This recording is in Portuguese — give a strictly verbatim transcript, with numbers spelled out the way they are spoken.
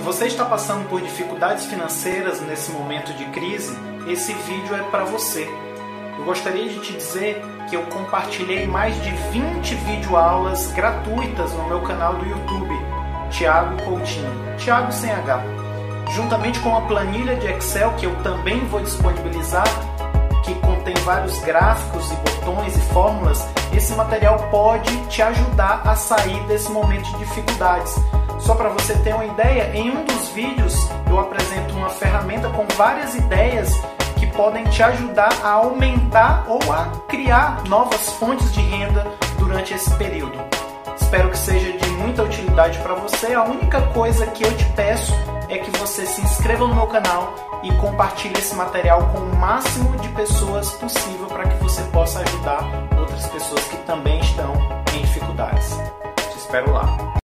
você está passando por dificuldades financeiras nesse momento de crise, esse vídeo é para você. Eu gostaria de te dizer que eu compartilhei mais de vinte videoaulas gratuitas no meu canal do YouTube, Thiago Coutinho, Thiago sem H. Juntamente com a planilha de Excel que eu também vou disponibilizar, que contém vários gráficos e botões e fórmulas, esse material pode te ajudar a sair desse momento de dificuldades. Só para você ter uma ideia, em um dos vídeos eu apresento uma ferramenta com várias ideias que podem te ajudar a aumentar ou a criar novas fontes de renda durante esse período. Espero que seja de muita utilidade para você. A única coisa que eu te peço é que você se inscreva no meu canal e compartilhe esse material com o máximo de pessoas possível para que você possa ajudar outras pessoas que também estão em dificuldades. Te espero lá.